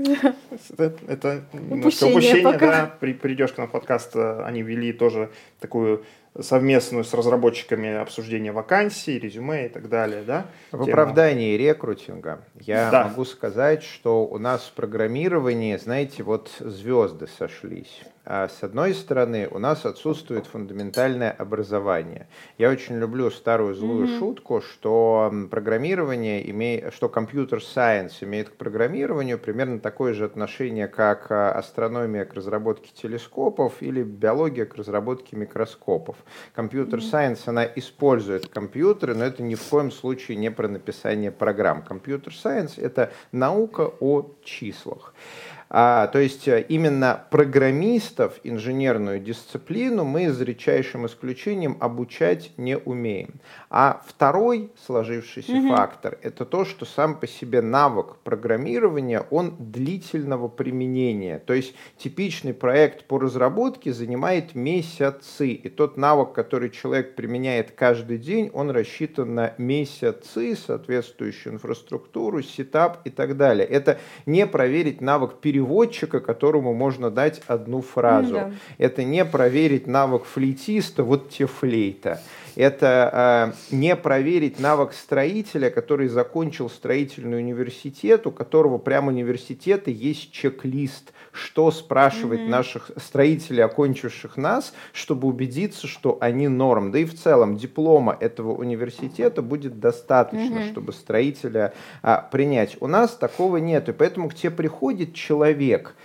Это немножко упущение, да. Придешь к нам в подкаст, они вели тоже такую совместную с разработчиками обсуждение вакансий, резюме и так далее, да. В оправдании рекрутинга я могу сказать, что у нас в программировании, знаете, вот звезды сошлись. С одной стороны, у нас отсутствует фундаментальное образование. Я очень люблю старую злую шутку, что программирование что компьютер-сайенс имеет к программированию примерно такое же отношение, как астрономия к разработке телескопов или биология к разработке микроскопов. Компьютер-сайенс, она использует компьютеры, но это ни в коем случае не про написание программ. Компьютер-сайенс — это наука о числах. То есть именно программистов, инженерную дисциплину мы за редчайшим исключением обучать не умеем. А второй сложившийся фактор — это то, что сам по себе навык программирования, он длительного применения. То есть типичный проект по разработке занимает месяцы. И тот навык, который человек применяет каждый день, он рассчитан на месяцы, соответствующую инфраструктуру, сетап и так далее. Это не проверить навык перевода переводчика, которому можно дать одну фразу. Это не проверить навык флейтиста, вот те флейта. Это не проверить навык строителя, который закончил строительный университет, у которого прямо университета есть чек-лист, что спрашивать наших строителей, окончивших нас, чтобы убедиться, что они норм. Да и в целом диплома этого университета будет достаточно, чтобы строителя принять. У нас такого нет, и поэтому к тебе приходит человек,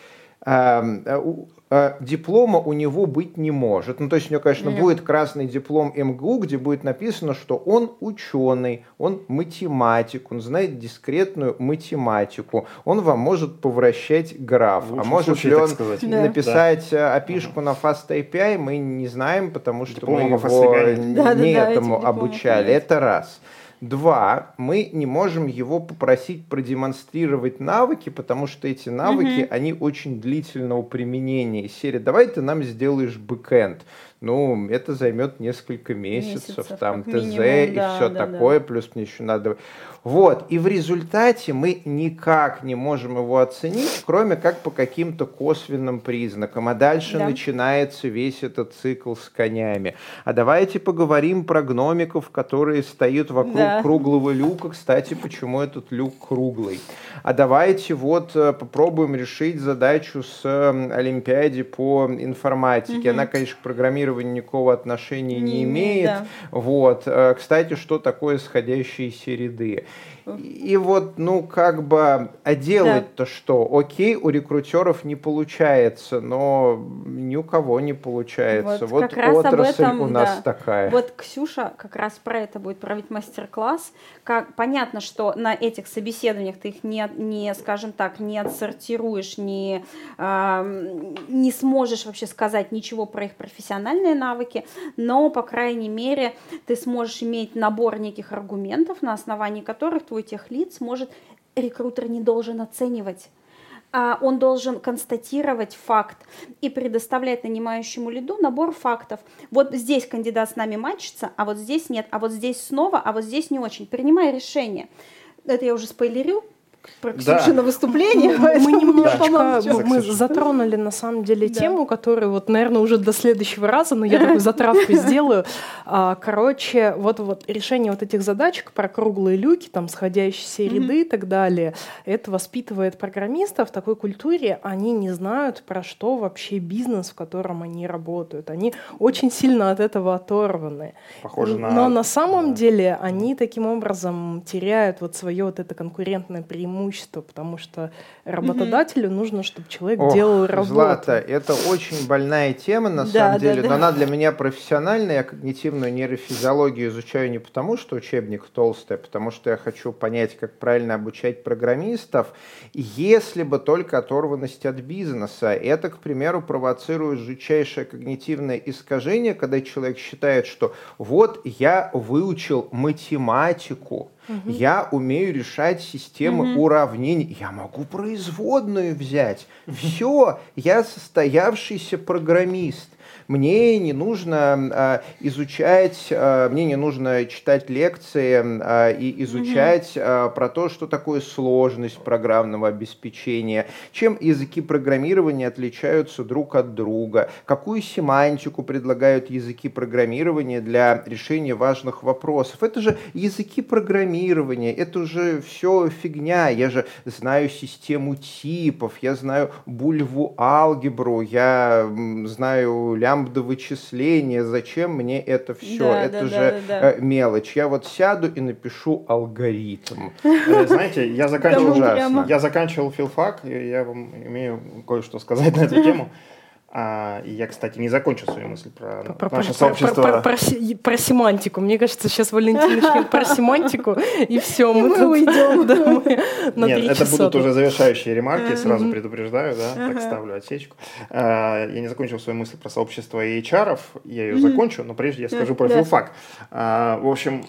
диплома у него быть не может. Ну, то есть у него, конечно, будет красный диплом МГУ, где будет написано, что он ученый, он математик, он знает дискретную математику, он вам может повращать граф. А может ли он написать опишку на Fast API, мы не знаем, потому что мы его не этому обучали. Это раз. 2, мы не можем его попросить продемонстрировать навыки, потому что эти навыки, они очень длительного применения. Из серии «давай ты нам сделаешь бэкэнд». Ну, это займет несколько месяцев там ТЗ и все такое, плюс мне еще надо... Вот, и в результате мы никак не можем его оценить, кроме как по каким-то косвенным признакам. А дальше начинается весь этот цикл с конями. А давайте поговорим про гномиков, которые стоят вокруг круглого люка. Кстати, почему этот люк круглый? А давайте вот попробуем решить задачу с Олимпиаде по информатике. Она, конечно, к программированию никакого отношения не имеет. Вот. Кстати, что такое сходящиеся ряды? И вот, ну, как бы, а делать-то что? Окей, у рекрутеров не получается, но ни у кого не получается. Вот отрасль у нас такая. Вот Ксюша как раз про это будет проводить мастер-класс. Понятно, что на этих собеседованиях ты их не скажем так, не отсортируешь, не сможешь вообще сказать ничего про их профессиональные навыки, но, по крайней мере, ты сможешь иметь набор неких аргументов, на основании которых твой техлид сможет, рекрутер не должен оценивать. Он должен констатировать факт и предоставлять нанимающему лиду набор фактов. Вот здесь кандидат с нами матчится, а вот здесь нет, а вот здесь снова, а вот здесь не очень. Принимай решение. Это я уже спойлерю про Ксюшино выступление. Мы немножечко мы затронули на самом деле тему, которую вот, наверное, уже до следующего раза, но я такую затравку сделаю. Короче, вот решение вот этих задачек про круглые люки, там сходящиеся ряды и так далее, это воспитывает программистов в такой культуре, они не знают, про что вообще бизнес, в котором они работают. Они очень сильно от этого оторваны. Но на самом деле они таким образом теряют вот свое вот это конкурентное преимущество, потому что работодателю нужно, чтобы человек делал работу. Злата, это очень больная тема на самом деле, но она для меня профессиональная. Я когнитивную нейрофизиологию изучаю не потому, что учебник толстый, а потому что я хочу понять, как правильно обучать программистов, если бы только оторванность от бизнеса. Это, к примеру, провоцирует жутчайшее когнитивное искажение, когда человек считает, что вот я выучил математику, я умею решать системы уравнений, я могу производную взять. Все, я состоявшийся программист. Мне не нужно изучать, мне не нужно читать лекции и изучать про то, что такое сложность программного обеспечения, чем языки программирования отличаются друг от друга, какую семантику предлагают языки программирования для решения важных вопросов. Это же языки программирования, это же все фигня. Я же знаю систему типов, я знаю булеву алгебру, я знаю лямбда-вычисления, зачем мне это все? Это же мелочь. Я вот сяду и напишу алгоритм. Знаете, я заканчивал филфак, и я вам имею кое-что сказать на эту тему. И я, кстати, не закончил свою мысль про наше сообщество. Про семантику. Мне кажется, сейчас Валентин начнет про семантику, и все, мы уйдем на 3 часа. Нет, это будут уже завершающие ремарки, сразу предупреждаю, так ставлю отсечку. Я не закончил свою мысль про сообщество HR-ов, я ее закончу, но прежде я скажу про филфак. В общем,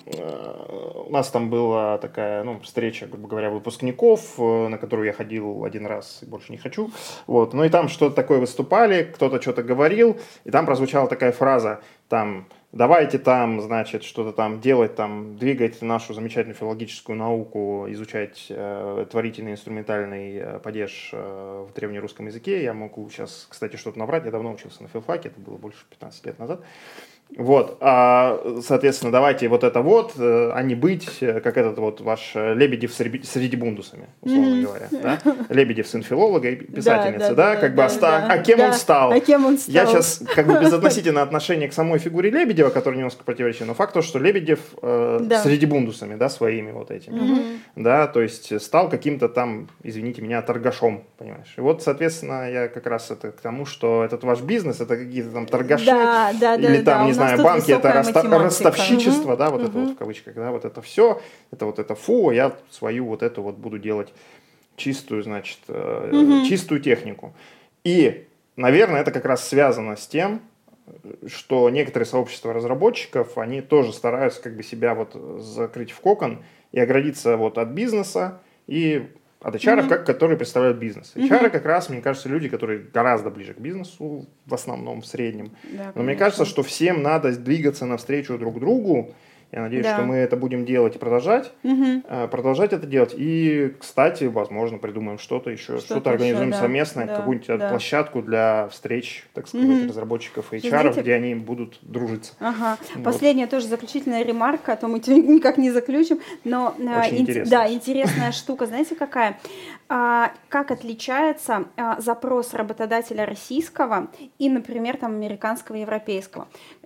у нас там была такая встреча, грубо говоря, выпускников, на которую я ходил один раз и больше не хочу. Ну и там что-то такое выступали, кто-то что-то говорил, и там прозвучала такая фраза, там, давайте там, значит, что-то там делать, там, двигать нашу замечательную филологическую науку, изучать творительный инструментальный падеж в древнерусском языке. Я могу сейчас, кстати, что-то наврать. Я давно учился на филфаке, это было больше 15 лет назад. Вот, соответственно, давайте вот это вот, а не быть, как этот вот ваш Лебедев с редибундусами, условно говоря, да? Лебедев сын филолога и писательницы, кем он стал? А кем он стал? Я сейчас как бы безотносительно отношения к самой фигуре Лебедева, которая немножко противоречит, но факт то, что Лебедев с редибундусами, да, своими вот этими, да, то есть стал каким-то там, извините меня, торгашом, понимаешь? И вот, соответственно, я как раз это к тому, что этот ваш бизнес, это какие-то там торгаши, или там, не знаю, банки, это ростовщичество, да, вот это вот в кавычках, да, вот это все, это вот это фу, я свою вот эту вот буду делать чистую, значит, чистую технику. И, наверное, это как раз связано с тем, что некоторые сообщества разработчиков, они тоже стараются как бы себя вот закрыть в кокон и оградиться вот от бизнеса и от HR, которые представляют бизнес. HR как раз, мне кажется, люди, которые гораздо ближе к бизнесу, в основном, в среднем. Да, но мне кажется, что всем надо двигаться навстречу друг другу. Я надеюсь, что мы это будем делать и продолжать это делать. И, кстати, возможно, придумаем что-то еще, что-то организуем совместно, какую-нибудь площадку для встреч, так сказать, разработчиков и HR, где они будут дружиться. Вот. Последняя тоже заключительная ремарка, а то мы никак не заключим. Но интересная штука, знаете, какая? Как отличается запрос работодателя российского и, например, там, американского, европейского?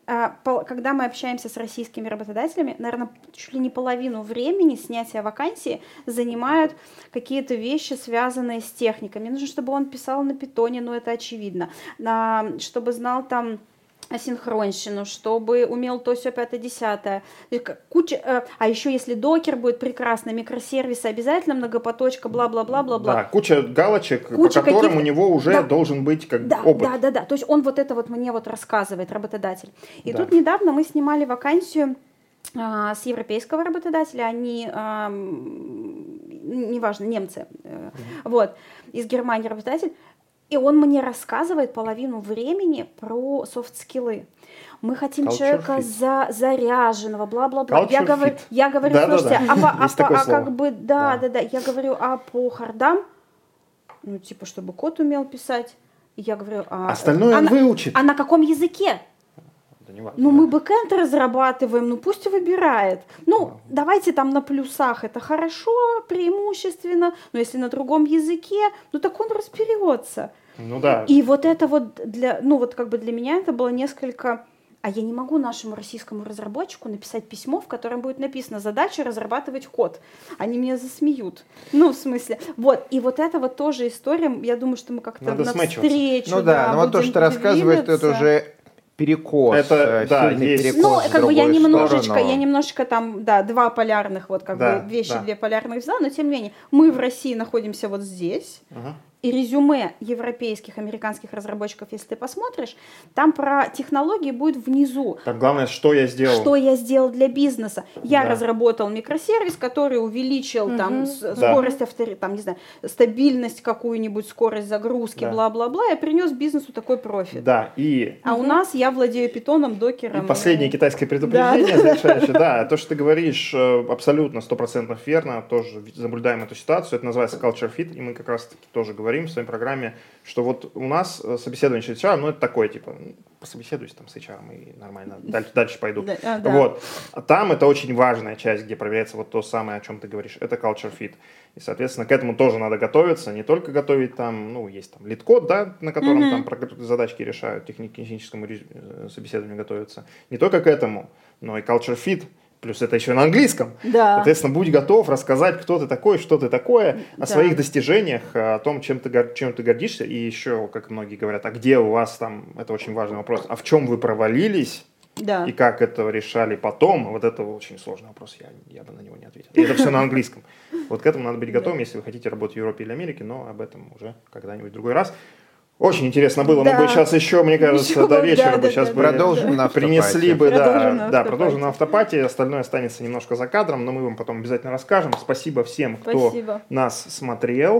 Когда мы общаемся с российскими работодателями, наверное, чуть ли не половину времени снятия вакансии занимают какие-то вещи, связанные с техникой. Мне нужно, чтобы он писал на питоне, ну это очевидно, чтобы знал там асинхронщину, чтобы умел то, сё, 5-10. Куча, а еще если докер будет прекрасно, микросервисы обязательно, многопоточка, бла-бла-бла-бла-бла. Да, куча галочек, по которым у него уже должен быть как опыт. Да. То есть он вот это вот мне вот рассказывает, работодатель. И тут недавно мы снимали вакансию с европейского работодателя, они, неважно, немцы, вот, из Германии работодатель. И он мне рассказывает половину времени про софт-скиллы. Мы хотим человека заряженного, бла-бла-бла. Я говорю, слушайте, я говорю, а по хардам, ну, типа, чтобы код умел писать. Я говорю, остальное он выучит. А на каком языке? Ну, мы бэкэнд разрабатываем, ну пусть выбирает. Ну, давайте там на плюсах, это хорошо, преимущественно, но если на другом языке, ну так он разберется. Ну да. И вот это вот для меня это было несколько... А я не могу нашему российскому разработчику написать письмо, в котором будет написано «Задача разрабатывать код». Они меня засмеют. Ну, в смысле. Вот. И вот это вот тоже история. Я думаю, что мы как-то навстречу. Ну да, но вот то, что ты рассказываешь, это уже... перекос, сильный перекос. Ну, как бы я немножечко там, два полярных, вот как бы вещи, две полярных взяла, но тем не менее, мы в России находимся вот здесь, и резюме европейских, американских разработчиков, если ты посмотришь, там про технологии будет внизу. Там главное, что я сделал. Что я сделал для бизнеса. Я разработал микросервис, который увеличил там скорость, там, не знаю, стабильность какую-нибудь, скорость загрузки, бла-бла-бла, и принес бизнесу такой профит. Да, А у нас я владею питоном, докером. И последнее китайское предупреждение завершающее. Да, то, что ты говоришь, абсолютно 100% верно, тоже наблюдаем эту ситуацию, это называется culture fit, и мы как раз-таки тоже говорим в своей программе, что вот у нас собеседование с HR, ну это такое, типа, пособеседуйся там с HR и нормально, дальше пойду. Вот. А там это очень важная часть, где проверяется вот то самое, о чем ты говоришь, это culture fit. И, соответственно, к этому тоже надо готовиться, не только готовить там, ну, есть там лид-код, да, на котором там задачки решают, техническому собеседованию готовятся, не только к этому, но и culture fit. Плюс это еще на английском. Да. Соответственно, будь готов рассказать, кто ты такой, что ты такое, о своих достижениях, о том, чем ты гордишься. И еще, как многие говорят, а где у вас там, это очень важный вопрос, а в чем вы провалились, и как это решали потом. Вот это очень сложный вопрос, я бы на него не ответил. И это все на английском. Вот к этому надо быть готовым, если вы хотите работать в Европе или Америке, но об этом уже когда-нибудь в другой раз. Очень интересно было, мы бы сейчас еще, мне кажется, до вечера бы сейчас продолжим на автопате. Принесли бы, продолжим на автопате, остальное останется немножко за кадром, но мы вам потом обязательно расскажем. Спасибо всем, кто нас смотрел.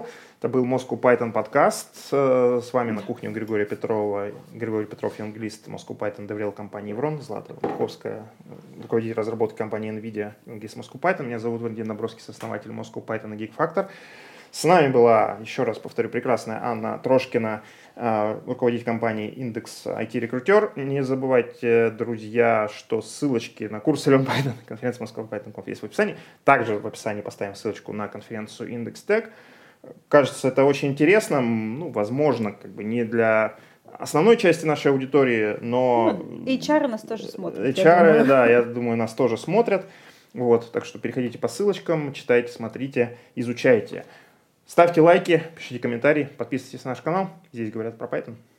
Это был Moscow Python подкаст. С вами на кухне Григория Петрова. Григорий Петров, англист, Moscow Python, доверил компании Еврон, Злата Луховская, руководитель разработки компании NVIDIA, англист Moscow Python. Меня зовут Валентин Набровский, сооснователь Moscow Python и Geek Factor. С нами была, еще раз повторю, прекрасная Анна Трошкина, руководитель компании Индекс IT-рекрутер. Не забывайте, друзья, что ссылочки на курс Learn Python, конференция Moscow Python Conf есть в описании. Также в описании поставим ссылочку на конференцию Index Tech. Кажется, это очень интересно, возможно, не для основной части нашей аудитории, но... HR нас тоже смотрят. HR, да, я думаю, нас тоже смотрят. Так что переходите по ссылочкам, читайте, смотрите, изучайте. Ставьте лайки, пишите комментарии, подписывайтесь на наш канал. Здесь говорят про Python.